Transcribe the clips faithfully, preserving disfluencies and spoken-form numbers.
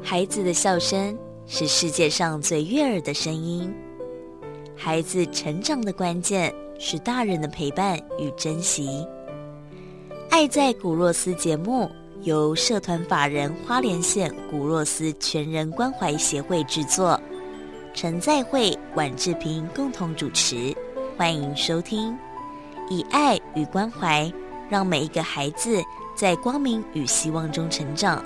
孩子的笑声是世界上最悦耳的声音。孩子成长的关键是大人的陪伴与珍惜。爱在古若斯节目由社团法人花莲县古若斯全人关怀协会制作，陈在慧、婉志平共同主持，欢迎收听。以爱与关怀，让每一个孩子在光明与希望中成长。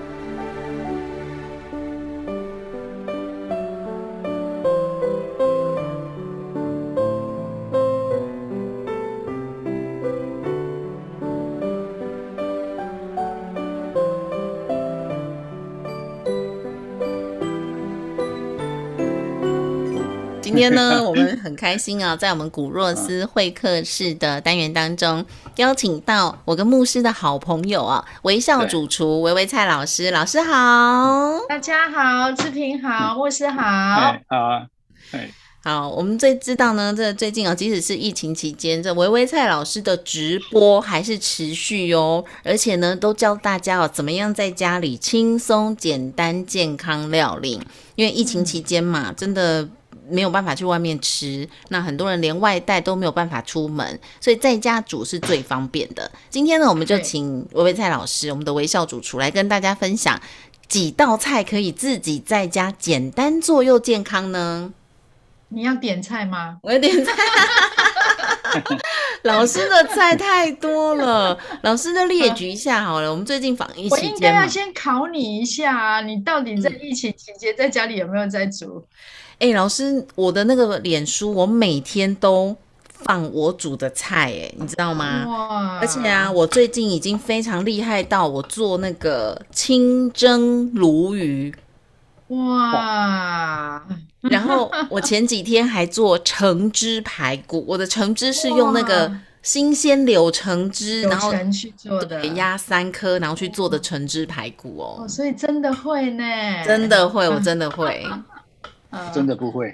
今天呢，我们很开心啊，在我们古若斯会客室的单元当中，邀请到我跟牧师的好朋友啊，微笑主厨维维蔡老师。老师好。 大家好，志平好，牧师好。 哎，好啊，哎。 好，我们最知道呢，这最近啊，即使是疫情期间，这维维蔡老师的直播还是持续哦，而且呢，都教大家哦，怎么样在家里轻松、简单、健康料理。因为疫情期间嘛，真的没有办法去外面吃，那很多人连外带都没有办法出门，所以在家煮是最方便的。今天呢，我们就请维维蔡老师，我们的微笑主厨来跟大家分享几道菜可以自己在家简单做又健康呢？ 你要点菜吗？ 我要点菜。老师的菜太多了，老师就列举一下好了。我们最近防疫期间嘛， 我应该要先考你一下啊，你到底在疫情期间在家里有没有在煮？ 哎、欸，老师，我的那个脸书，我每天都放我煮的菜、欸，哎，你知道吗？ 哇！ 而且啊，我最近已经非常厉害到我做那个清蒸鲈鱼。 哇！ 然后我前几天还做橙汁排骨，我的橙汁是用那个新鲜柳橙汁，然后去做的， 压三颗，然后去做的橙汁排骨 哦, 哦，所以真的会呢， 真的会，我真的会， 真的不会。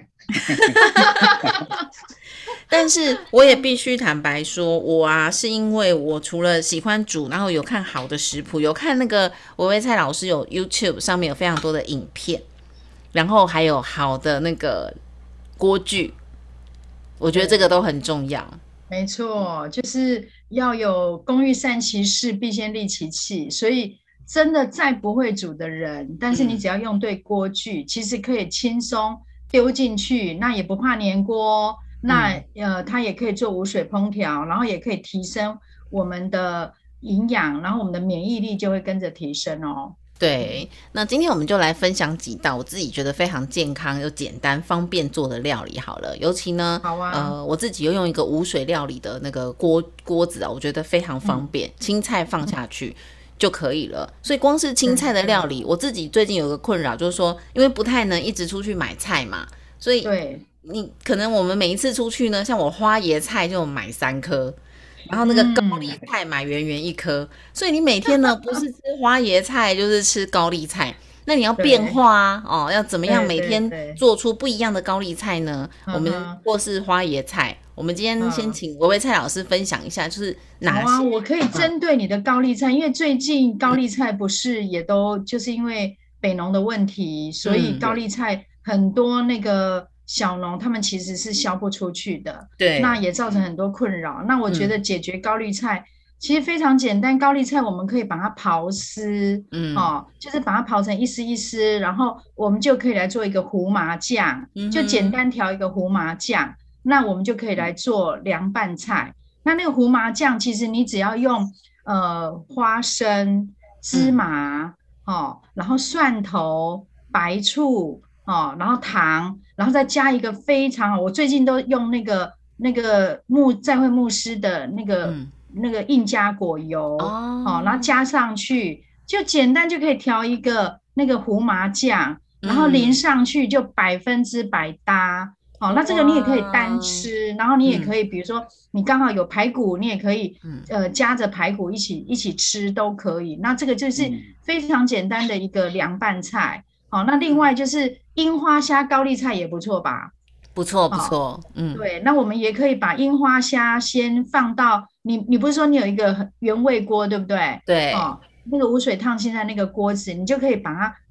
但是我也必须坦白说，我啊是因为我除了喜欢煮，然后有看好的食谱，有看那个维维蔡老师有 YouTube 上面有非常多的影片。然后还有好的那个锅具，我觉得这个都很重要。 没错，就是要有工欲善其事，必先利其器。所以真的再不会煮的人，但是你只要用对锅具，嗯、其实可以轻松丢进去，那也不怕粘锅。那、嗯、呃，它也可以做无水烹调，然后也可以提升我们的营养，然后我们的免疫力就会跟着提升哦。 对，那今天我们就来分享几道我自己觉得非常健康又简单方便做的料理好了。尤其呢， 好啊， 呃，我自己又用一个无水料理的那个锅锅子啊，我觉得非常方便，嗯、青菜放下去就可以了。所以光是青菜的料理，我自己最近有个困扰，就是说，因为不太能一直出去买菜嘛，所以对你可能我们每一次出去呢，像我花椰菜就买三颗。然后那个高丽菜买圆圆一颗、嗯、所以你每天呢不是吃花椰菜就是吃高丽菜，那你要变化啊哦，要怎么样每天做出不一样的高丽菜呢？我们或是花椰菜，我们今天先请维维蔡老师分享一下，就是哪些、 好啊、我可以针对你的高丽菜、嗯、因为最近高丽菜不是也都就是因为北农的问题，所以高丽菜很多那个小农他们其实是销不出去的， 对， 那也造成很多困扰。那我觉得解决高丽菜、嗯、其实非常简单，高丽菜我们可以把它刨丝，嗯，哦，就是把它刨成一丝一丝，然后我们就可以来做一个胡麻酱、嗯，就简单调一个胡麻酱，那我们就可以来做凉拌菜。那那个胡麻酱其实你只要用呃花生、芝麻、嗯哦、然后蒜头、白醋哦，然后糖，然后再加一个非常好，我最近都用那个那个牧在会牧师的那个、嗯、那个印加果油、哦哦、然后加上去，就简单就可以调一个那个胡麻酱，然后淋上去就百分之百搭。好、哦，那这个你也可以单吃，然后你也可以，比如说你刚好有排骨，你也可以、嗯、呃夹着排骨一起一起吃都可以。那这个就是非常简单的一个凉拌菜。好、哦，那另外就是樱花虾高丽菜也不错吧？ 不错不错、哦，嗯， 对，那我们也可以把樱花虾先放到你你不是说你有一个原味锅对不对？ 对， 哦，那个无水烫现在那个锅子，你就可以把它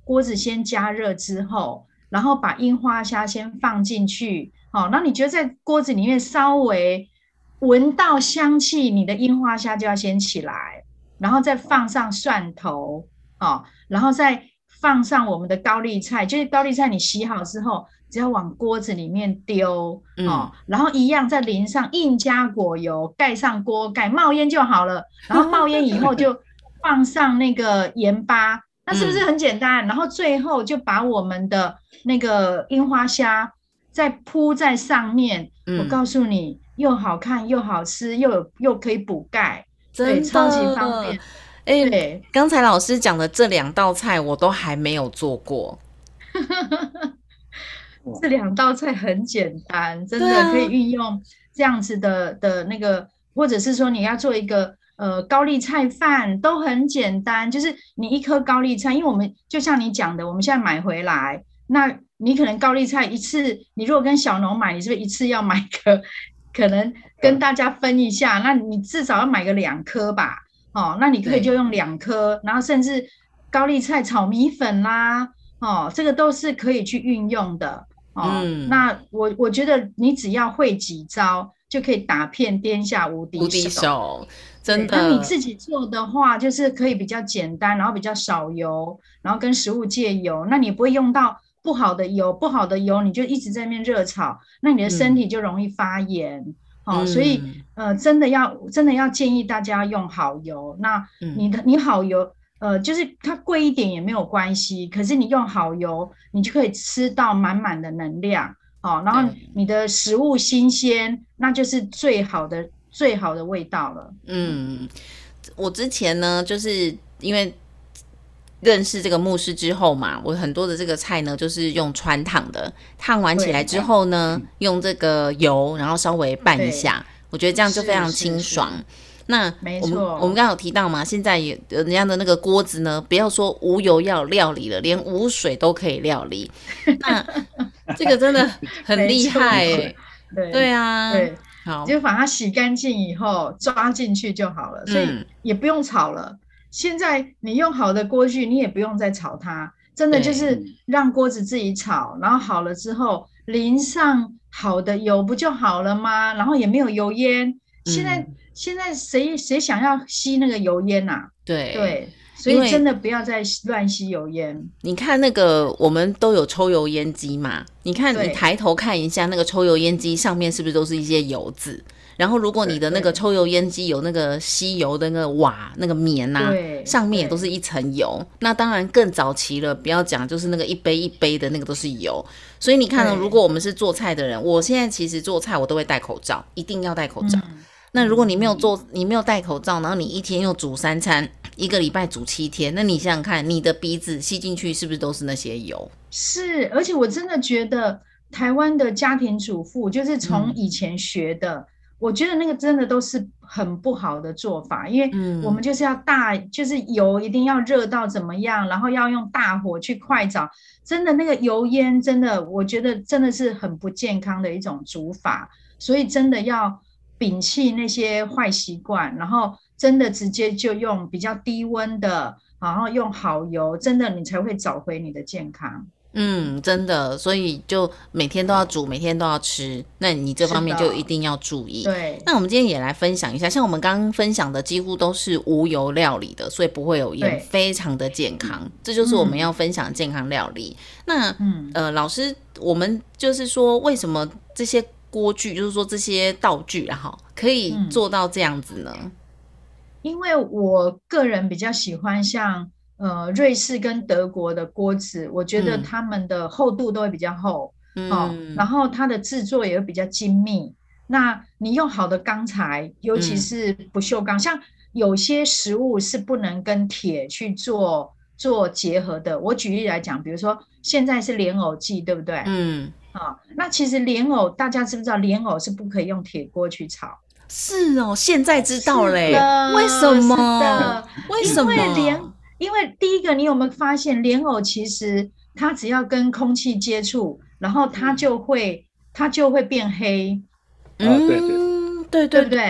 锅子先加热之后，然后把樱花虾先放进去，好，那你觉得在锅子里面稍微闻到香气，你的樱花虾就要先起来，然后再放上蒜头，哦，然后再放上我们的高丽菜，就是高丽菜你洗好之后，只要往锅子里面丢，嗯，哦，然后一样再淋上印加果油，盖上锅盖，冒烟就好了。然后冒烟以后就放上那个盐巴，那是不是很简单？嗯，然后最后就把我们的那个樱花虾再铺在上面，嗯，我告诉你，又好看又好吃，又有又可以补钙，对，超级方便。 哎，对，刚才老师讲的这两道菜我都还没有做过。 这两道菜很简单，真的可以运用这样子的的那个，或者是说你要做一个呃高丽菜饭，都很简单。就是你一颗高丽菜，因为我们就像你讲的，我们现在买回来，那你可能高丽菜一次，你如果跟小农买，你是不是一次要买个，可能跟大家分一下，那你至少要买个两颗吧。哦，那你可以就用两颗，然后甚至高丽菜炒米粉啦，哦，这个都是可以去运用的。哦，嗯，那我我觉得你只要会几招，就可以打遍天下无敌手。无敌手，真的。 那你自己做的话，就是可以比较简单，然后比较少油，然后跟食物借油，那你不会用到不好的油，不好的油你就一直在那边热炒，那你的身体就容易发炎。嗯哦，所以呃，真的要真的要建议大家用好油。那你的你好油，呃，就是它贵一点也没有关系，可是你用好油，你就可以吃到满满的能量。哦，然后你的食物新鲜，那就是最好的最好的味道了。 嗯，我之前呢，就是因为认识这个牧师之后嘛，我很多的这个菜呢，就是用穿烫的，烫完起来之后呢，用这个油，然后稍微拌一下，我觉得这样就非常清爽。那我们我们刚刚有提到嘛，现在也人家的那个锅子呢，不要说无油要料理了，连无水都可以料理。那这个真的很厉害欸。 对对啊， 对，好，就把它洗干净以后抓进去就好了，所以也不用炒了。现在你用好的锅具，你也不用再炒它，真的就是让锅子自己炒，然后好了之后淋上好的油不就好了吗？然后也没有油烟。现在、嗯、现在谁谁想要吸那个油烟啊？ 对对，所以真的不要再乱吸油烟。 你看那个我们都有抽油烟机嘛，你看你抬头看一下那个抽油烟机上面是不是都是一些油渍？然后如果你的那个抽油烟机有那个吸油的那个瓦那个棉啊，上面也都是一层油。那当然更早期了，不要讲就是那个一杯一杯的那个都是油。所以你看呢，如果我们是做菜的人，我现在其实做菜我都会戴口罩，一定要戴口罩。嗯，那如果你没有做，你没有戴口罩，然后你一天又煮三餐，一个礼拜煮七天，那你想想看，你的鼻子吸进去是不是都是那些油？ 是，而且我真的觉得台湾的家庭主妇就是从以前学的。嗯，我觉得那个真的都是很不好的做法，因为我们就是要大，嗯、就是油一定要热到怎么样，然后要用大火去快炒，真的那个油烟真的，我觉得真的是很不健康的一种煮法，所以真的要摒弃那些坏习惯，然后真的直接就用比较低温的，然后用好油，真的你才会找回你的健康。 嗯，真的，所以就每天都要煮，每天都要吃，那你这方面就一定要注意。 对， 那我们今天也来分享一下，像我们刚刚分享的几乎都是无油料理的，所以不会有盐，非常的健康，这就是我们要分享的健康料理。嗯、那、嗯、呃，老师，我们就是说，为什么这些锅具，就是说这些道具啊，可以做到这样子呢？ 嗯、因为我个人比较喜欢像。呃，瑞士跟德国的锅子，我觉得它们的厚度都会比较厚，嗯哦、然后它的制作也会比较精密。那你用好的钢材，尤其是不锈钢，嗯、像有些食物是不能跟铁去做做结合的。我举例来讲，比如说现在是莲藕季，对不对？嗯，啊、哦，那其实莲藕大家知不知道，莲藕是不可以用铁锅去炒？ 是哦，现在知道嘞，为什么？为什么？ 因为莲因为第一个，你有没有发现莲藕其实它只要跟空气接触，然后它就会、嗯、它就会变黑。 嗯，对对对对不对？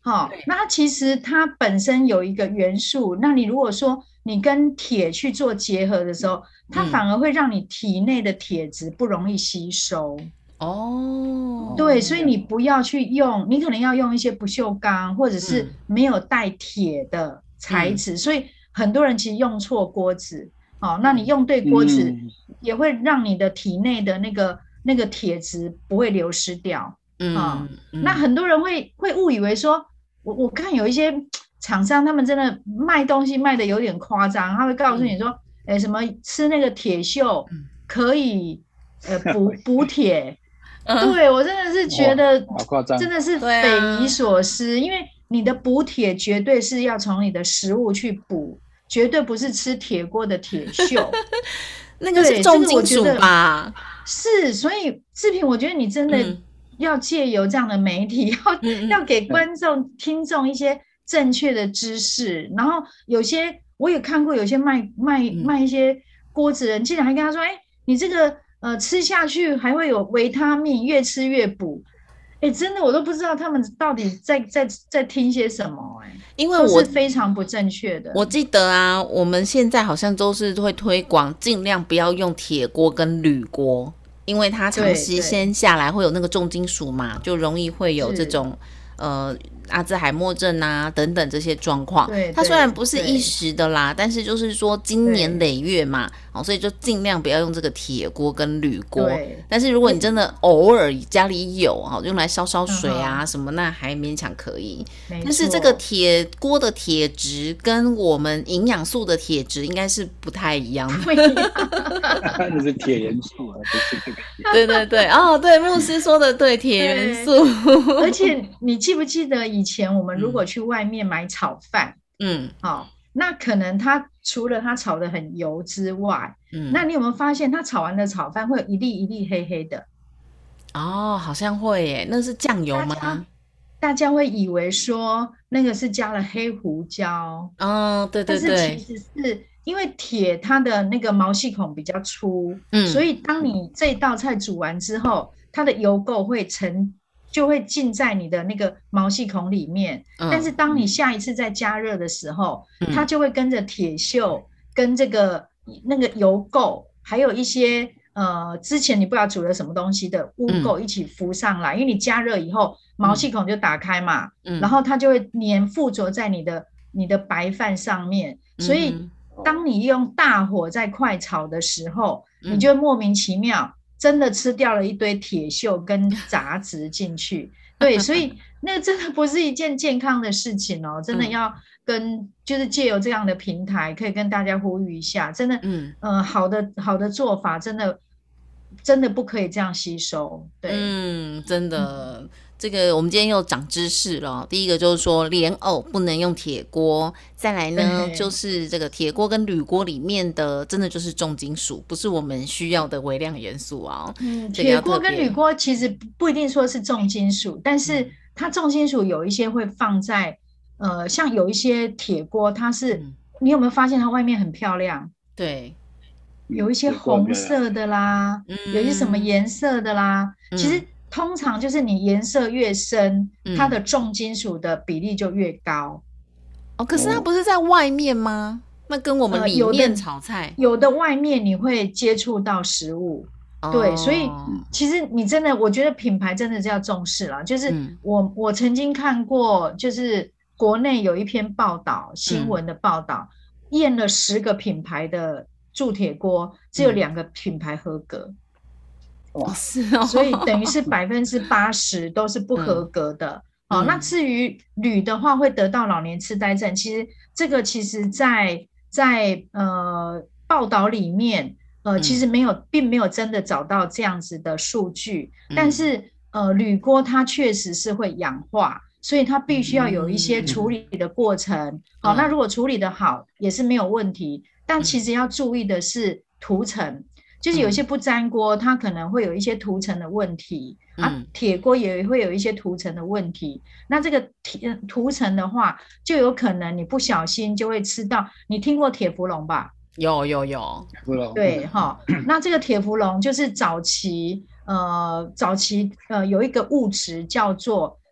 好、哦，那它其实它本身有一个元素，那你如果说你跟铁去做结合的时候，它反而会让你体内的铁质不容易吸收。 哦， 对，所以你不要去用，你可能要用一些不锈钢或者是没有带铁的材质，嗯、所以很多人其实用错锅子。哦，那你用对锅子，也会让你的体内的那个那个铁质不会流失掉。嗯、哦嗯，那很多人会会误以为说，我我看有一些厂商他们真的卖东西卖的有点夸张，他会告诉你说，哎、嗯，什么吃那个铁锈可以呃补补铁。对，我真的是觉得真的是匪夷所思，因为你的补铁绝对是要从你的食物去补，绝对不是吃铁锅的铁锈。 那个是重金属吧、 这个、是，所以志平我觉得你真的要借由这样的媒体、嗯、要, 要给观众、嗯、听众一些正确的知识，然后有些我也看过有些卖卖、嗯、卖一些锅子人竟然还跟他说，哎，你这个呃，吃下去还会有维他命，越吃越补。哎，真的我都不知道他们到底在在在听些什么哎， 因为我是非常不正确的。 我记得啊，我们现在好像都是会推广尽量不要用铁锅跟铝锅，因为它长时间下来会有那个重金属嘛，就容易会有这种呃阿兹海默症啊等等这些状况。它虽然不是一时的啦，但是就是说经年累月嘛，哦，所以就尽量不要用这个铁锅跟铝锅。但是如果你真的偶尔家里有哦，用来烧烧水啊、嗯、什么，那还勉强可以。但是这个铁锅的铁质跟我们营养素的铁质应该是不太一样的。 那是铁元素啊，不是这个。 对对对，哦，对，牧师说的对，铁元素。 而且你记不记得以前我们如果去外面买炒饭，嗯，好、哦，那可能它除了它炒得很油之外，嗯，那你有没有发现它炒完的炒饭会有一粒一粒黑黑的？ 哦，好像会耶，那是酱油吗？ 大家, 大家会以为说那个是加了黑胡椒， 哦，对对对， 但是其实是因为铁它的那个毛细孔比较粗，嗯，所以当你这道菜煮完之后，它的油垢会沉。就会浸在你的那个毛细孔里面、嗯、但是当你下一次再加热的时候、嗯、它就会跟着铁锈跟这个那个油垢还有一些呃之前你不知道煮了什么东西的污垢一起浮上来、嗯、因为你加热以后毛细孔就打开嘛、嗯、然后它就会粘附着在你的你的白饭上面、嗯、所以当你用大火在快炒的时候、嗯、你就会莫名其妙真的吃掉了一堆铁锈跟杂质进去，对，所以那真的不是一件健康的事情哦，真的要跟就是借由这样的平台，可以跟大家呼吁一下，真的，嗯，呃，好的好的做法，真的真的不可以这样吸收，对， 嗯，真的。嗯，这个我们今天又长知识了。第一个就是说莲藕不能用铁锅，再来呢就是这个铁锅跟铝锅里面的真的就是重金属，不是我们需要的微量元素啊、哦。嗯， 铁锅跟铝锅其实不一定说是重金属，但是它重金属有一些会放在呃，像有一些铁锅它是、嗯、你有没有发现它外面很漂亮？ 对， 有一些红色的啦，嗯、有一些什么颜色的啦，嗯、其实。通常就是你颜色越深、嗯、它的重金属的比例就越高。 哦，可是它不是在外面吗？那跟我们里面炒菜、呃、 有, 有的外面你会接触到食物、哦、对，所以其实你真的我觉得品牌真的是要重视啦，就是我、嗯、我曾经看过就是国内有一篇报道新闻的报道、嗯、验了十个品牌的铸铁锅只有两个品牌合格、嗯哦，是哦， 所以等于是百分之八十都是不合格的。嗯、哦，那至于铝的话，会得到老年痴呆症。其实这个其实在在呃报道里面，呃，其实没有，并没有真的找到这样子的数据。嗯、但是呃，铝锅它确实是会氧化，所以它必须要有一些处理的过程。嗯、好，那如果处理的好，也是没有问题。但其实要注意的是涂层。就是有一些不粘锅、嗯、它可能会有一些涂层的问题、嗯、啊，铁锅也会有一些涂层的问题。那这个涂层的话，就有可能你不小心就会吃到。你听过铁氟龙吧？ 有有有， 铁氟龙对哈、哦。那这个铁氟龙就是早期呃早期呃有一个物质叫做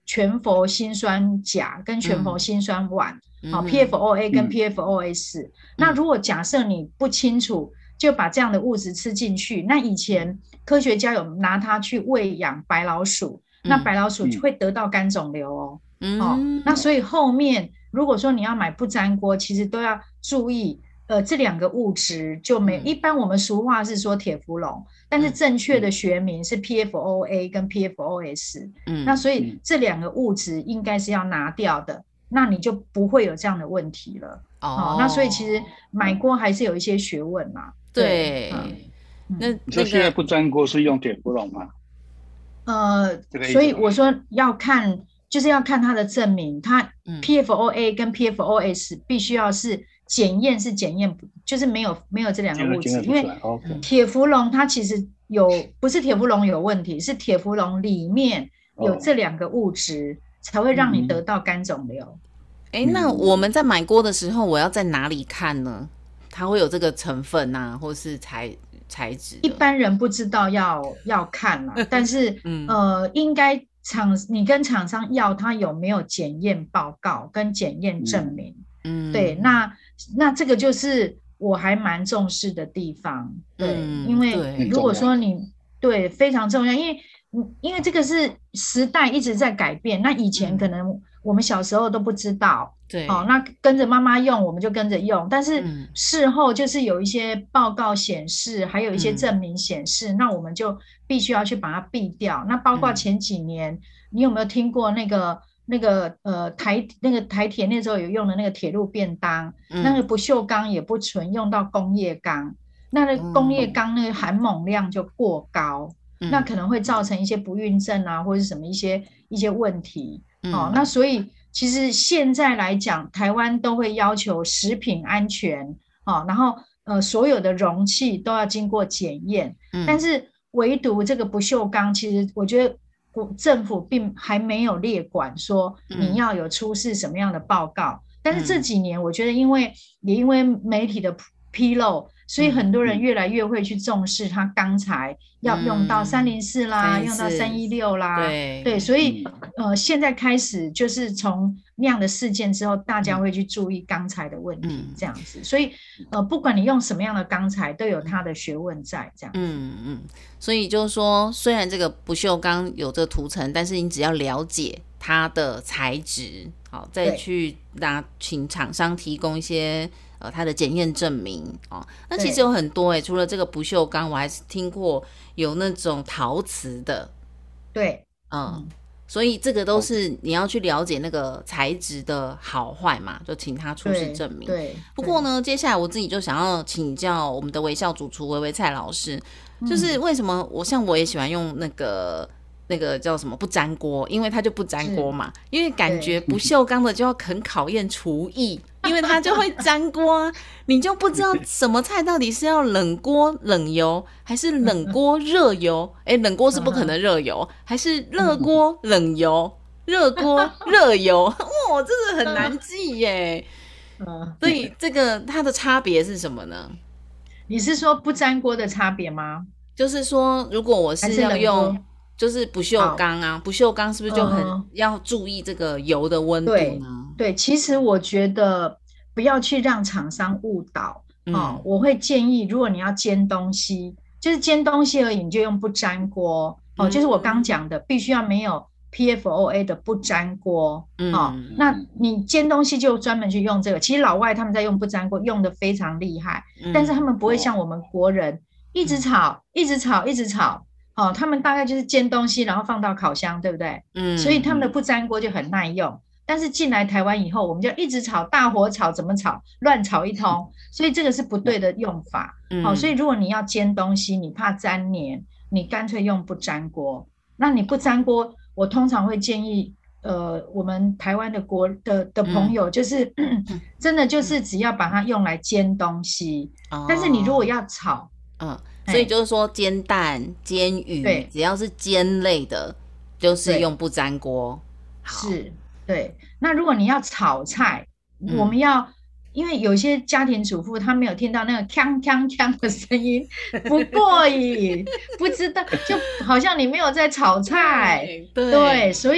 全氟辛酸钾跟全氟辛酸烷， 嗯好、P F O A 跟嗯 P F O S、嗯。那如果假设你不清楚，就把这样的物质吃进去，那以前科学家有拿它去喂养白老鼠， 嗯、 那白老鼠就会得到肝肿瘤哦。 嗯、 哦，那所以后面如果说你要买不粘锅，其实都要注意。呃，这两个物质就没、嗯、一般我们俗话是说铁氟龙，但是正确的学名是 P F O A 跟 P F O S、嗯、那所以这两个物质应该是要拿掉的，那你就不会有这样的问题了。哦，哦那所以其实买锅还是有一些学問嘛。 对， 嗯、 那你说现在不粘锅是用铁氟龙吗？ 呃，所以我说要看，就是要看它的证明，它 P F O A 跟 P F O S 必须要是。检验是检验，就是没有没有这两个物质，因为铁氟龙它其实有不是铁氟龙有问题，是铁氟龙里面有这两个物质、哦、才会让你得到肝肿瘤。 哎、嗯，那我们在买锅的时候，我要在哪里看呢？它会有这个成分啊，或是材材质？ 一般人不知道要要看啦，但是、嗯、呃，应该厂你跟厂商要它有没有检验报告跟检验证明。嗯，对，那那这个就是我还蛮重视的地方，对，嗯、因为如果说你对非常重要，因为因为这个是时代一直在改变，那以前可能我们小时候都不知道，对、嗯，哦，那跟着妈妈用我们就跟着用，但是事后就是有一些报告显示，还有一些证明显示，嗯、那我们就必须要去把它避掉。那包括前几年，嗯、你有没有听过那个？那个呃台那个台铁那时候有用的那个铁路便当、嗯，那个不锈钢也不纯，用到工业钢，那个工业钢那个含锰量就过高、嗯，那可能会造成一些不孕症啊，或者是什么一些一些问题、嗯。哦，那所以其实现在来讲，台湾都会要求食品安全，哦，然后呃所有的容器都要经过检验、嗯，但是唯独这个不锈钢，其实我觉得。政府并还没有列管说你要有出示什么样的报告、嗯、但是这几年我觉得因为也因为媒体的披露，所以很多人越来越会去重视它钢材要用到三零四啦、嗯、用到三一六啦，对对，所以、嗯、呃现在开始就是从那样的事件之后，大家会去注意钢材的问题、嗯、这样子，所以呃不管你用什么样的钢材都有它的学问在这样子。 嗯嗯，所以就是说虽然这个不锈钢有这个涂层，但是你只要了解它的材质，好再去拿请厂商提供一些呃它的检验证明哦。那其实有很多哎、欸，除了这个不锈钢，我还是听过有那种陶瓷的。 对， 嗯。嗯，所以这个都是你要去了解那个材质的好坏嘛，就请他出示证明。 对， 不过呢，接下来我自己就想要请教我们的微笑主厨微微蔡老师，就是为什么我像我也喜欢用那个那个叫什么不粘锅，因为它就不粘锅嘛，因为感觉不锈钢的就要很考验厨艺。因为它就会粘锅，你就不知道什么菜到底是要冷锅冷油还是冷锅热油。哎，冷锅是不可能热油，还是热锅冷油、热锅热油？哇，这个很难记耶。所以这个它的差别是什么呢？ 你是说不粘锅的差别吗？ 就是说，如果我是要用。就是不锈钢啊，不锈钢是不是就很要注意这个油的温度呢？ 对，对，其实我觉得不要去让厂商误导、嗯哦、我会建议，如果你要煎东西，就是煎东西而已，你就用不粘锅、哦嗯、就是我刚讲的，必须要没有 P F O A 的不粘锅、嗯哦、那你煎东西就专门去用这个。其实老外他们在用不粘锅用的非常厉害、嗯，但是他们不会像我们国人一直炒、嗯、一直炒一直炒。哦，他们大概就是煎东西然后放到烤箱，对不对？嗯，所以他们的不粘锅就很耐用。但是进来台湾以后，我们就一直炒，大火炒，怎么炒，乱炒一通，所以这个是不对的用法。嗯，哦，所以如果你要煎东西，你怕粘黏，你干脆用不粘锅。那你不粘锅，我通常会建议，呃，我们台湾的国的的朋友，就是、嗯、真的就是只要把它用来煎东西，嗯、但是你如果要炒， 嗯。所以就是说煎蛋煎鱼只要是煎类的就是用不粘锅。 是，对。那如果你要炒菜、嗯、我们要因为有些家庭主妇他没有听到那个锵锵锵的声音不过瘾不知道就好像你没有在炒菜。 对, 对，所以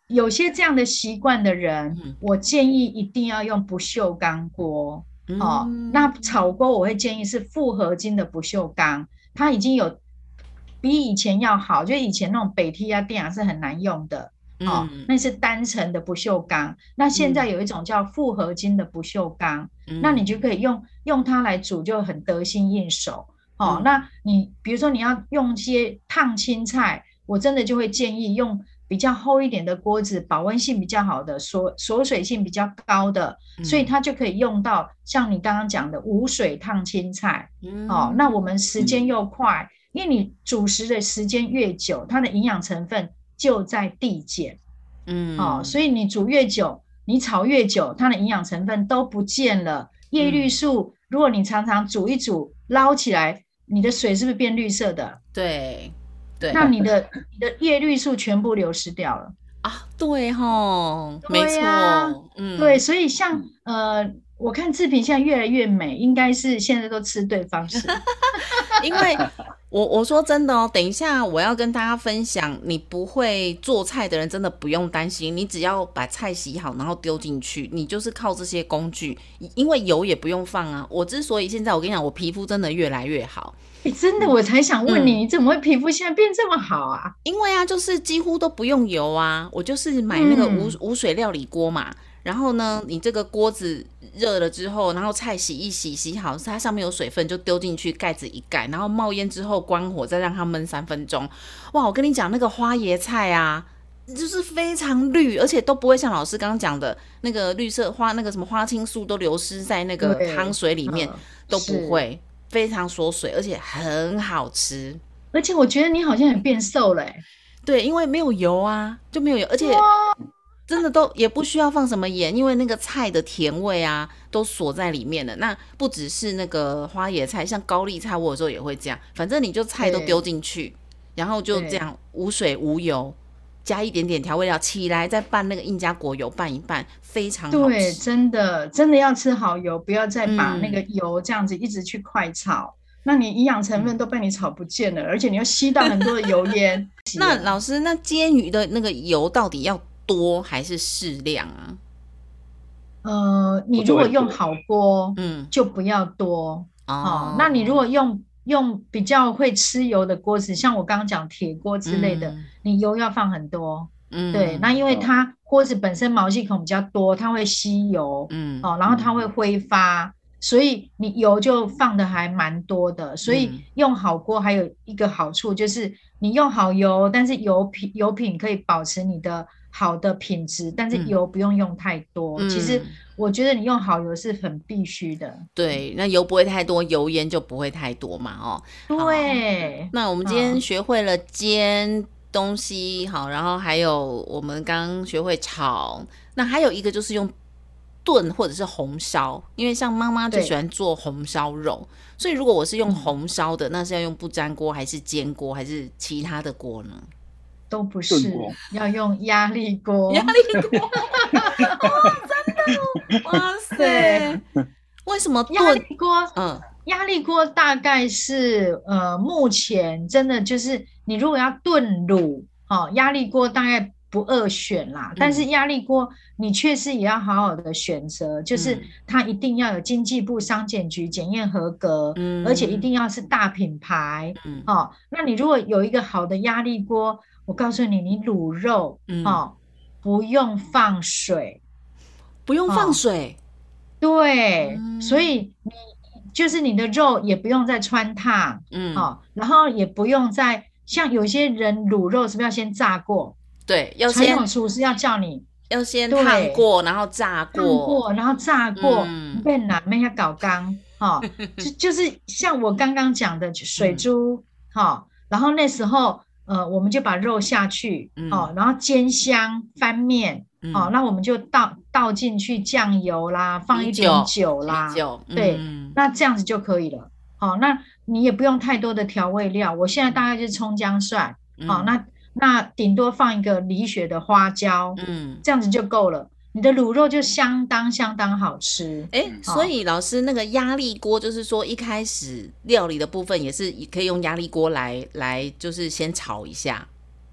有些这样的习惯的人， 嗯我建议一定要用不锈钢锅。 嗯哦，那炒锅我会建议是复合金的不锈钢，它已经有比以前要好，就以前那种北梯啊电啊是很难用的。哦， 嗯那是单层的不锈钢，那现在有一种叫复合金的不锈钢， 嗯那你就可以用用它来煮，就很得心应手。哦， 嗯那你比如说你要用一些烫青菜，我真的就会建议用比较厚一点的锅子，保温性比较好的，锁锁水性比较高的，所以它就可以用到像你刚刚讲的无水烫青菜。 嗯哦，那我们时间又快，因为你煮食的时间越久，它的营养成分就在递减。 嗯哦，所以你煮越久，你炒越久，它的营养成分都不见了。叶绿素，如果你常常煮一煮，捞起来，你的水是不是变绿色的？ 对对， 那你的你的叶绿素全部流失掉了啊，对吼，没对啊错，嗯， 对，所以像呃，我看志平现在越来越美，应该是现在都吃对方式。 因为我我说真的哦，等一下我要跟大家分享，你不会做菜的人真的不用担心，你只要把菜洗好，然后丢进去，你就是靠这些工具，因为油也不用放啊。我之所以现在我跟你讲，我皮肤真的越来越好。 欸、真的，我才想问你， 嗯你怎么会皮肤现在变这么好啊？ 因为啊，就是几乎都不用油啊，我就是买那个无、 嗯、 无水料理锅嘛。然后呢，你这个锅子热了之后，然后菜洗一洗，洗好，它上面有水分就丢进去，盖子一盖，然后冒烟之后关火，再让它焖三分钟。哇，我跟你讲，那个花椰菜啊，就是非常绿，而且都不会像老师刚刚讲的那个绿色花，那个什么花青素都流失在那个汤水里面，嗯、都不会，非常缩水，而且很好吃。 而且我觉得你好像也变瘦了、欸， 对，因为没有油啊，就没有油，而且。真的都也不需要放什么盐，因为那个菜的甜味啊都锁在里面了。那不只是那个花椰菜，像高丽菜我有时候也会这样，反正你就菜都丢进去，然后就这样无水无油，加一点点调味料起来，再拌那个印加果油拌一拌，非常好吃。 对，真的真的要吃好油，不要再把那个油这样子一直去快炒，嗯、那你营养成分都被你炒不见了，而且你又吸到很多的油烟。 那老师，那煎鱼的那个油到底要多还是适量啊？ 呃，你如果用好锅， 嗯， 就不要多哦、 哦。那你如果用用比较会吃油的锅子，像我刚刚讲铁锅之类的，嗯、你油要放很多。嗯，对，那因为它锅子本身毛细孔比较多，它会吸油，嗯，哦，然后它会挥发，所以你油就放的还蛮多的。所以用好锅还有一个好处就是你用好油，但是油品油品可以保持你的好的品质，但是油不用用太多。嗯、其实我觉得你用好油是很必须的。 对，那油不会太多，油烟就不会太多嘛，哦。 对。 那我们今天学会了煎东西，好，然后还有我们刚刚学会炒，那还有一个就是用炖或者是红烧，因为像妈妈就喜欢做红烧肉，所以如果我是用红烧的，那是要用不粘锅还是煎锅还是其他的锅呢？ 都不是，要用压力锅。 压力锅，哦，真的，哇塞！为什么压力锅？ 嗯， 压力锅大概是呃，目前真的就是你如果要炖卤，哦，压力锅大概不二选啦。嗯、但是压力锅你确实也要好好的选择，就是它一定要有经济部商检局检验合格，嗯、而且一定要是大品牌。嗯、哦，那你如果有一个好的压力锅，我告诉你，你卤肉、嗯哦、不用放水， 不用放水， 哦、对、嗯，所以你就是你的肉也不用再汆烫，嗯、哦，然后也不用再像有些人卤肉是不是要先炸过？ 对，要先传统厨师要叫你要先烫过，然后炸过， 烫过，然后炸过，别难没下搞缸，哦，就就是像我刚刚讲的水猪，哈、嗯哦，然后那时候。呃，我们就把肉下去，嗯、哦，然后煎香翻面，嗯、哦，那我们就倒倒进去酱油啦，放一点酒啦， 酒对、 嗯， 那这样子就可以了。好、哦，那你也不用太多的调味料，我现在大概就是葱姜蒜，好、嗯哦，那那顶多放一个离血的花椒，嗯，这样子就够了。你的卤肉就相当相当好吃。 哎，所以老师那个压力锅，就是说一开始料理的部分也是可以用压力锅来来，就是先炒一下。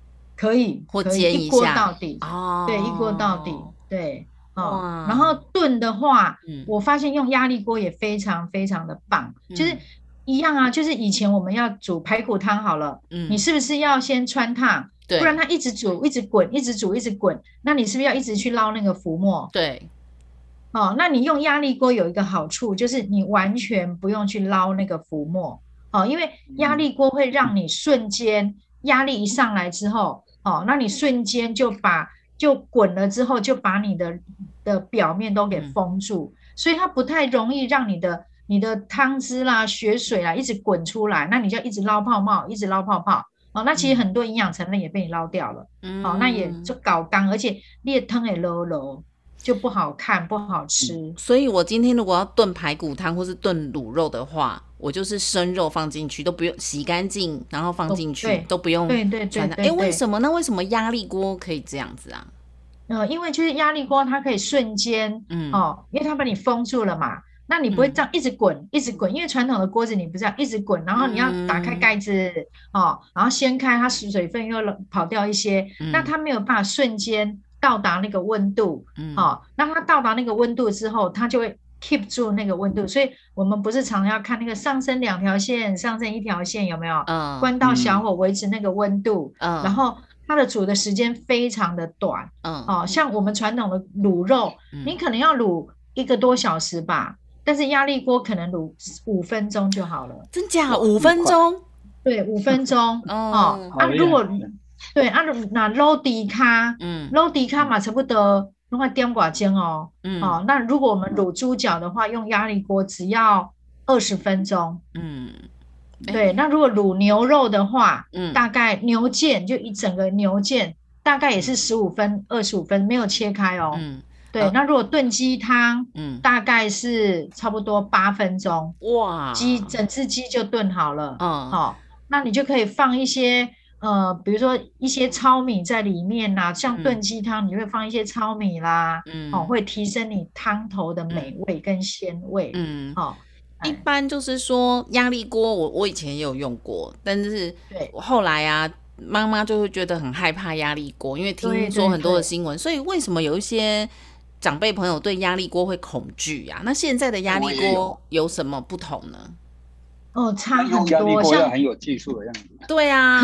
可以， 或可以一锅煎一下到底。 哦， 对，一锅到底。对，哦哇， 然后炖的话， 嗯我发现用压力锅也非常非常的棒， 嗯就是一样啊，就是以前我们要煮排骨汤好了， 嗯你是不是要先穿烫？ 对不然它一直煮，一直滚，一直煮，一直滚，那你是不是要一直去捞那个浮沫？ 对， 哦，那你用压力锅有一个好处，就是你完全不用去捞那个浮沫哦，因为压力锅会让你瞬间压力一上来之后，哦，那你瞬间就把就滚了之后，就把你的的表面都给封住，所以它不太容易让你的你的汤汁啦、血水啦一直滚出来，那你就一直捞泡泡，一直捞泡泡。哦，那其实很多营养成分也被你捞掉了， 嗯， 哦，那也就搞干，而且你的汤也漏漏。就不好看，不好吃。 所以我今天如果要炖排骨汤或是炖卤肉的话，我就是生肉放进去，都不用洗干净，然后放进去， 哦、 都不用对对对对。 哎，为什么？那为什么压力锅可以这样子啊？ 呃，因为就是压力锅它可以瞬间，嗯，哦，因为它把你封住了嘛，那你不会这样一直滚，嗯、一直滚，因为传统的锅子你不是要一直滚，然后你要打开盖子，嗯、哦，然后掀开它水分又跑掉一些，嗯、那它没有办法瞬间到达那个温度，嗯，哦，那它到达那个温度之后，它就会 keep 住那个温度，所以我们不是常常要看那个上升两条线，上升一条线有没有？嗯，关到小火维持那个温度，嗯，然后它的煮的时间非常的短，嗯，哦，像我们传统的卤肉，嗯、你可能要卤一个多小时吧，但是压力锅可能卤五分钟就好了。 真假？五分钟？ 对，五分钟，哦，啊，如果对啊，那捞底卡，嗯，捞底卡嘛，差不多弄块点寡钟哦，嗯，哦，那如果我们卤猪脚的话，用压力锅只要二十分钟，嗯，对，那如果卤牛肉的话，嗯，大概牛腱就一整个牛腱，大概也是十五分、二十五分，没有切开哦，嗯，对，那如果炖鸡汤，嗯，大概是差不多八分钟，哇，鸡整只鸡就炖好了，嗯，好，那你就可以放一些。呃，比如说一些糙米在里面啦，像炖鸡汤，你会放一些糙米啦，嗯，哦，会提升你汤头的美味跟鲜味，嗯， 哦，一般就是说压力锅，我我以前也有用过，但是后来啊，妈妈就会觉得很害怕压力锅，因为听说很多的新闻，所以为什么有一些长辈朋友对压力锅会恐惧啊？那现在的压力锅有什么不同呢？ 哦，差很多， 压力锅要很有技术的样子。 对啊，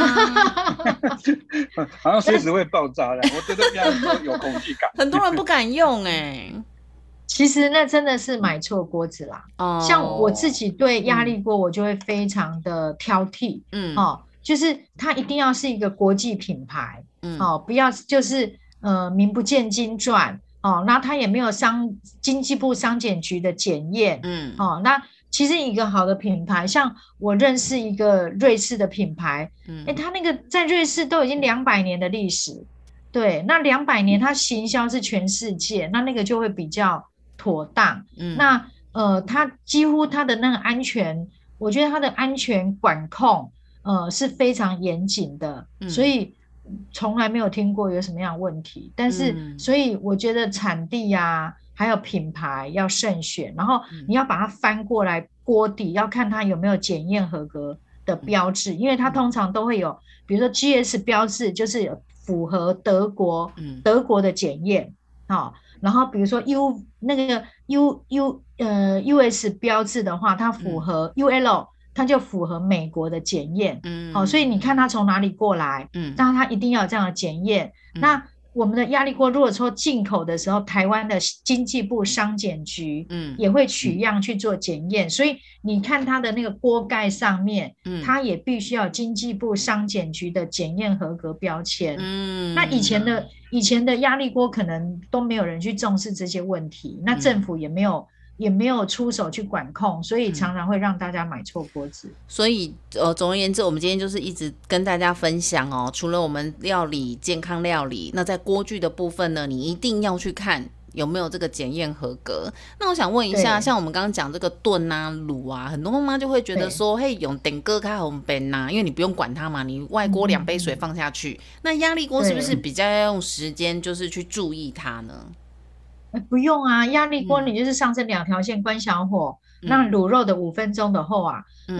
好像随时会爆炸的。我觉得压力锅有恐惧感， 很多人不敢用哎、欸。 其实那真的是买错锅子啦。哦，像我自己对压力锅，我就会非常的挑剔。嗯，哦，就是它一定要是一个国际品牌。嗯，哦，不要就是呃名不见经传。哦，那它也没有商经济部商检局的检验。嗯，哦，那。其实一个好的品牌，像我认识一个瑞士的品牌，嗯，哎，它那个在瑞士都已经两百年的历史，对，那两百年它行销是全世界，那那个就会比较妥当，嗯，那呃，它几乎它的那个安全，我觉得它的安全管控，呃，是非常严谨的，嗯，所以从来没有听过有什么样的问题，但是，嗯，所以我觉得产地啊。还有品牌要慎选，然后你要把它翻过来锅底，要看它有没有检验合格的标志，因为它通常都会有，比如说 G S 标志，就是符合德国、嗯、德国的检验，哦，然后比如说 U 那个 U U 呃 U S 标志的话，它符合 U L，它就符合美国的检验，嗯，好，哦，所以你看它从哪里过来，嗯，但它一定要有这样的检验，嗯，那。我们的压力锅如果说进口的时候，台湾的经济部商检局嗯也会取样去做检验，嗯，所以你看它的那个锅盖上面，嗯，它也必须要有经济部商检局的检验合格标签。嗯，那以前的以前的压力锅可能都没有人去重视这些问题，那政府也没有。也没有出手去管控，所以常常会让大家买错锅子。 嗯，所以呃，总而言之，我们今天就是一直跟大家分享哦，除了我们料理健康料理，那在锅具的部分呢，你一定要去看有没有这个检验合格。那我想问一下，像我们刚刚讲这个炖啊、卤啊，很多妈妈就会觉得说，嘿，用电锅开红边呐，因为你不用管它嘛，你外锅两杯水放下去。嗯，那压力锅是不是比较要用时间，就是去注意它呢？ 不用啊，压力锅你就是上升两条线关小火，嗯，那卤肉的五分钟的后啊，嗯，那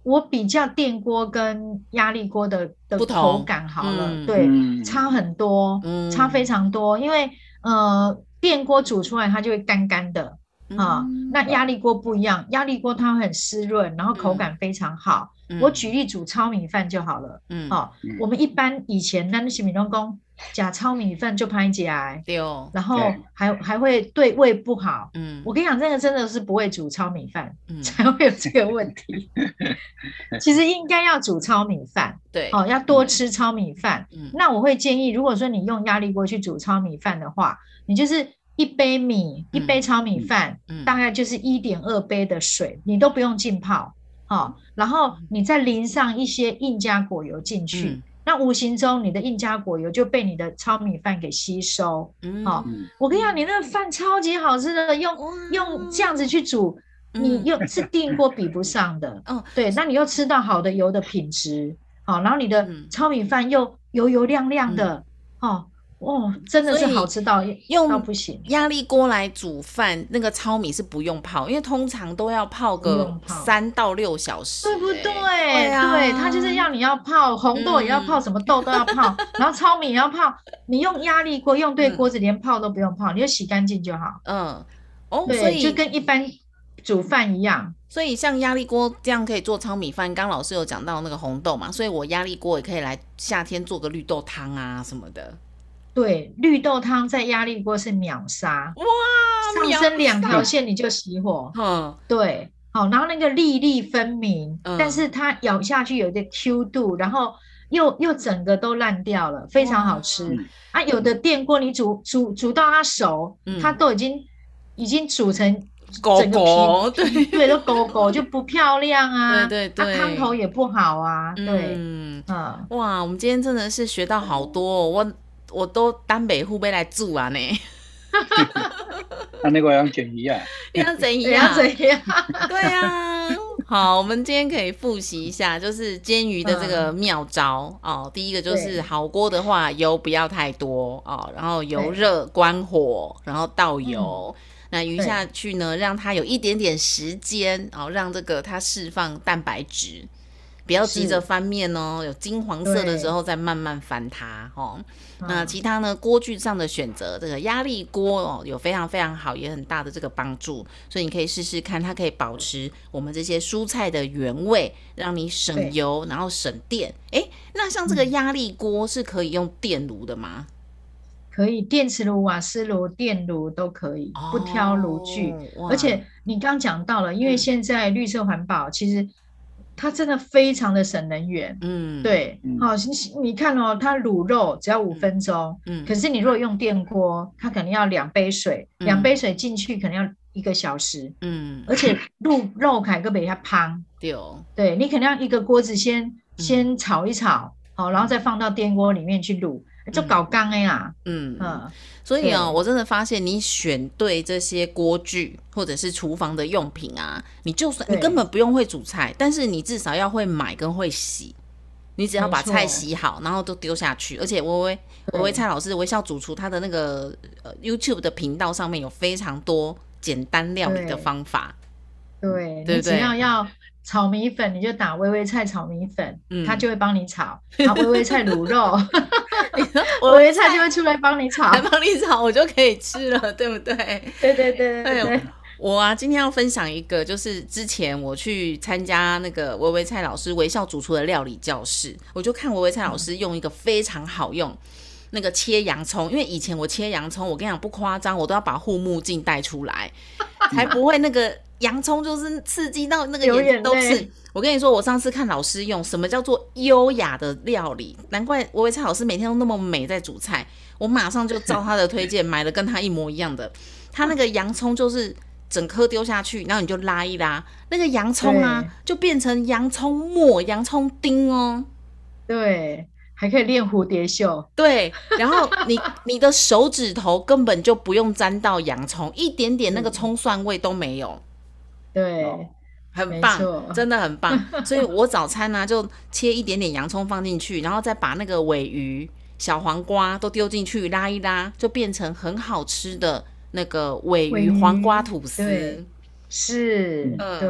我比较电锅跟压力锅的的不同口感好了， 嗯对， 嗯差很多， 嗯差非常多，因为呃电锅煮出来它就会干干的啊， 嗯那压力锅不一样，压力锅它很湿润，然后口感非常好。 嗯我举例煮糙米饭就好了， 嗯哦，我们一般以前那些米东公夹糙米饭就拍夹， 对哦， 然后对还还会对胃不好。 嗯我跟你讲，这个真的是不会煮糙米饭， 嗯才会有这个问题。其实应该要煮糙米饭， 对， 哦，要多吃糙米饭。 嗯那我会建议，如果说你用压力锅去煮糙米饭的话，你就是一杯米，一杯糙米饭， 嗯大概就是一点二杯的水，你都不用浸泡，哦，然后你再淋上一些印加果油进去。 嗯那无形中你的印加果油就被你的糙米饭给吸收， 嗯哦， 嗯我跟你讲，你那个饭超级好吃的，用哇用这样子去煮，你嗯又是电锅比不上的， 哦对，那你又吃到好的油的品质，好，然后你的嗯糙米饭又油油亮亮的，哦，哦，真的是所以好吃到用到不行。 压力锅来煮饭，那个糙米是不用泡，因为通常都要泡不个用泡三到六小时、 对不对？ 对啊对，它就是要你要泡红豆也要泡， 嗯什么豆都要泡，然后糙米也要泡。你用压力锅用对锅子，连泡都不用泡，你就洗干净就好。 嗯，哦，所对， 以就跟一般煮饭一样。 所以像压力锅这样可以做糙米饭，刚老师有讲到那个红豆嘛，所以我压力锅也可以来夏天做个绿豆汤啊什么的。 对，绿豆汤在压力锅是秒杀， 哇， 上升两条线你就熄火。 嗯对，好，然后那个粒粒分明， 嗯但是它咬下去有一个 Q 度，然后又又整个都烂掉了，非常好吃。 嗯啊，有的电锅你煮煮煮到它熟， 嗯它都已经已经煮成狗整个狗皮皮对，都狗狗就不漂亮啊， 对对对啊汤头也不好啊，对， 嗯， 嗯， 哇，我们今天真的是学到好多、哦，我我都单北户被来住啊呢， 那那个要卷一啊， 要怎也样？ 要怎样？ 对啊，好，我们今天可以复习一下，就是煎鱼的这个妙招、哦。第一个就是对好锅的话，油不要太多哦，然后油对热关火，然后倒油。 嗯那鱼对下去呢，让它有一点点时间哦，让这个它释放蛋白质，不要急着翻面哦，有金黄色的时候再慢慢翻它哦。那其他呢，锅具上的选择，这个压力锅哦，有非常非常好，也很大的这个帮助，所以你可以试试看，它可以保持我们这些蔬菜的原味，让你省油，然后省电。哎，那像这个压力锅是可以用电炉的吗？ 可以，电磁炉、瓦斯炉、电炉都可以， 哦不挑炉具。 哇而且你刚讲到了，因为嗯现在绿色环保，其实它真的非常的省能源。 嗯， 对， 嗯好、你你看哦，它卤肉只要五分钟， 嗯可是你如果用电锅，它可能要两杯水， 嗯两杯水进去可能要一个小时， 嗯， 而且卤肉凯个比它胖， 对哦， 对你可能要一个锅子先先炒一炒，好、然后再放到电锅里面去卤，就搞干哎啦， 嗯嗯。 所以啊、 对我真的发现你选对这些锅具或者是厨房的用品啊，你就算你对根本不用会煮菜，但是你至少要会买跟会洗。你只要把没错菜洗好，然后都丢下去。而且微微微微蔡老师微笑主厨他的那个呃 YouTube 的频道上面有非常多简单料理的方法。 对， 对不对你只要要炒米粉，你就打微微菜炒米粉， 嗯它就会帮你炒。然后微微菜卤肉， 我微微菜就会出来帮你炒。 来帮你炒，我就可以吃了，对不对？ 对对对对哎对， 我啊，今天要分享一个，就是之前我去参加那个微微蔡老师微笑主厨的料理教室，我就看微微蔡老师用一个非常好用。那个切洋葱，因为以前我切洋葱，我跟你讲不夸张，我都要把护目镜带出来，才不会那个洋葱就是刺激到那个眼睛都流眼刺。我跟你说，我上次看老师用什么叫做优雅的料理，难怪微微蔡老师每天都那么美在煮菜。我马上就照他的推荐买了跟他一模一样的。他那个洋葱就是整颗丢下去，然后你就拉一拉，那个洋葱啊就变成洋葱末、洋葱丁哦。 对，还可以练蝴蝶袖。 对，然后你你的手指头根本就不用沾到洋葱，一点点那个葱蒜味都没有。 对， 很没错棒，真的很棒。所以我早餐呢、啊、就切一点点洋葱放进去，然后再把那个鲔鱼、小黄瓜都丢进去拉一拉，就变成很好吃的那个鲔鱼鲔鱼黄瓜吐司。 对是， 嗯对。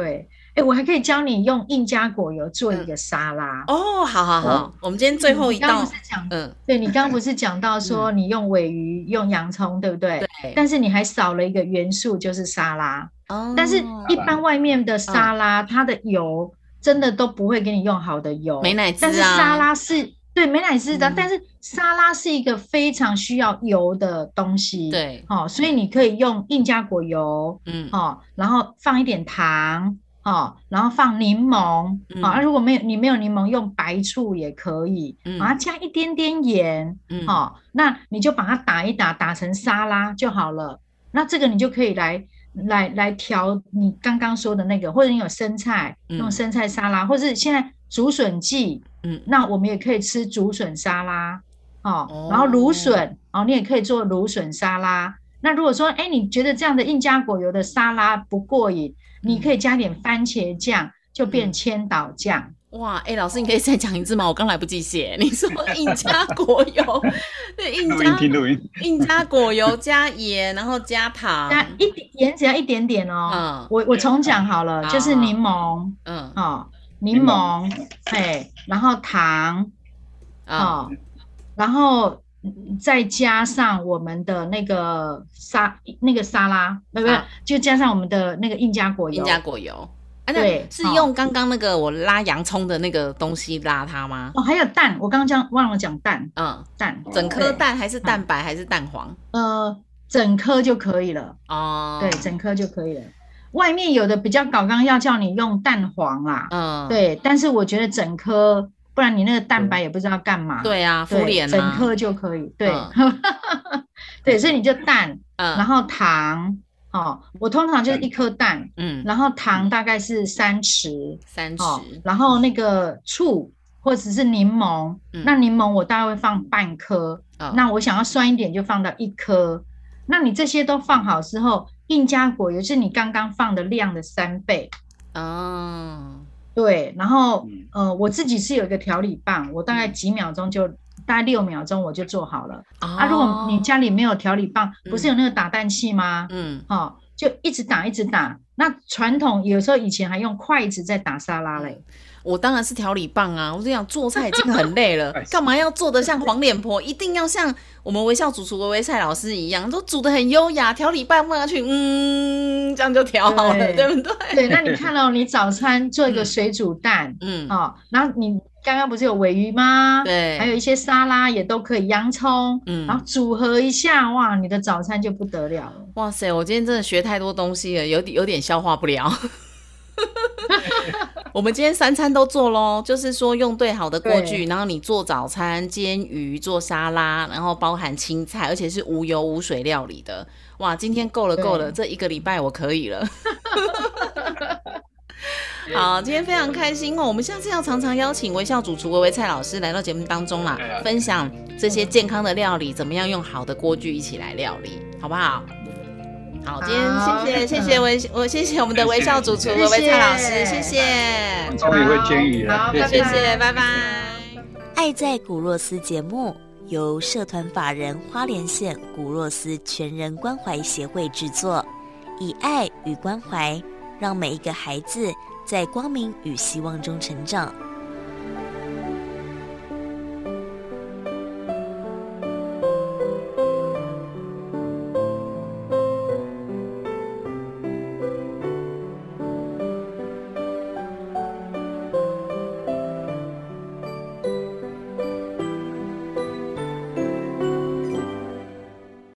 哎，我还可以教你用印加果油做一个沙拉。 嗯、哦，好好好，哦、我们今天最后一道， 你刚刚不是讲，嗯，对你刚刚不是讲到说你用鲔鱼、嗯、用洋葱，对不对？ 对。 但是你还少了一个元素，就是沙拉。 哦。 但是一般外面的沙拉，嗯、它的油真的都不会给你用好的油， 美乃滋啊。 但是沙拉是。对，美乃滋的、嗯，但是沙拉是一个非常需要油的东西， 对， 哦，所以你可以用印加果油，嗯，哦，然后放一点糖，哦，然后放柠檬，嗯、啊，如果没有你没有柠檬，用白醋也可以，嗯，然后加一点点盐，嗯，哦，那你就把它打一打，打成沙拉就好了。那这个你就可以来来来调你刚刚说的那个，或者你有生菜，嗯、用生菜沙拉，或是现在竹笋季。嗯，那我们也可以吃竹笋沙拉，哦，哦然后芦笋，哦，你也可以做芦笋沙拉。那如果说，哎，你觉得这样的印加果油的沙拉不过瘾，嗯、你可以加点番茄酱，就变千岛酱。 嗯、哇，哎，老师，你可以再讲一次吗？我刚来不及写，你说印加果油，对，印加印加果油加盐，然后加糖， 加一点盐，只要一点点哦。嗯，我我重讲好了，嗯、就是柠檬，嗯，哦。柠檬，哎，然后糖，哦，嗯、然后再加上我们的那个沙那个沙拉，对不对？就加上我们的那个印加果油。 印加果油，啊，对，是用刚刚那个我拉洋葱的那个东西拉它吗？ 哦，还有蛋，我刚刚讲忘了讲蛋，嗯，蛋， 整颗蛋还是蛋白还是蛋黄？ 呃，整颗就可以了。哦，对，整颗就可以了。外面有的比较搞刚要叫你用蛋黄啦，嗯，对，但是我觉得整颗，不然你那个蛋白也不知道干嘛。 对啊，敷脸啊， 整颗就可以。对，嗯、对，所以你就蛋，嗯、然后糖，哦，我通常就是一颗蛋，嗯，然后糖大概是三匙， 三匙、 哦，然后那个醋或者是柠檬，嗯、那柠檬我大概会放半颗，哦、那我想要酸一点就放到一颗。那你这些都放好之后，印加果油是你刚刚放的量的三倍哦。对，然后呃，我自己是有一个调理棒，我大概几秒钟就，大概六秒钟我就做好了。哦、啊，如果你家里没有调理棒，不是有那个打蛋器吗？嗯，哦，就一直打一直打。那传统有时候以前还用筷子在打沙拉嘞。 我当然是调理棒啊！我是想做菜已经很累了，干嘛要做得像黄脸婆？一定要像我们微笑主厨微微蔡老师一样，都煮得很优雅，调理棒放下去，嗯，这样就调好了， 对, 对不对？ 对，那你看哦，你早餐做一个水煮蛋，嗯，哦，然后你刚刚不是有鲔鱼吗？ 对， 还有一些沙拉也都可以，洋葱，嗯，然后组合一下，哇，你的早餐就不得了了。 哇塞，我今天真的学太多东西了，有点有点消化不了。我们今天三餐都做咯，就是说用对好的锅具，然后你做早餐、煎鱼、做沙拉，然后包含青菜，而且是无油无水料理的。哇，今天够了够了，这一个礼拜我可以了。好，今天非常开心哦！我们下次要常常邀请微笑主厨微微蔡老师来到节目当中啦，分享这些健康的料理，怎么样用好的锅具一起来料理，好不好？好，今天谢谢谢谢微我谢谢我们的微笑主厨微微蔡老师，谢谢。 终于会煎鱼了， 谢谢，拜拜。 爱在古若斯节目由社团法人花莲县古若斯全人关怀协会制作，以爱与关怀，让每一个孩子在光明与希望中成长。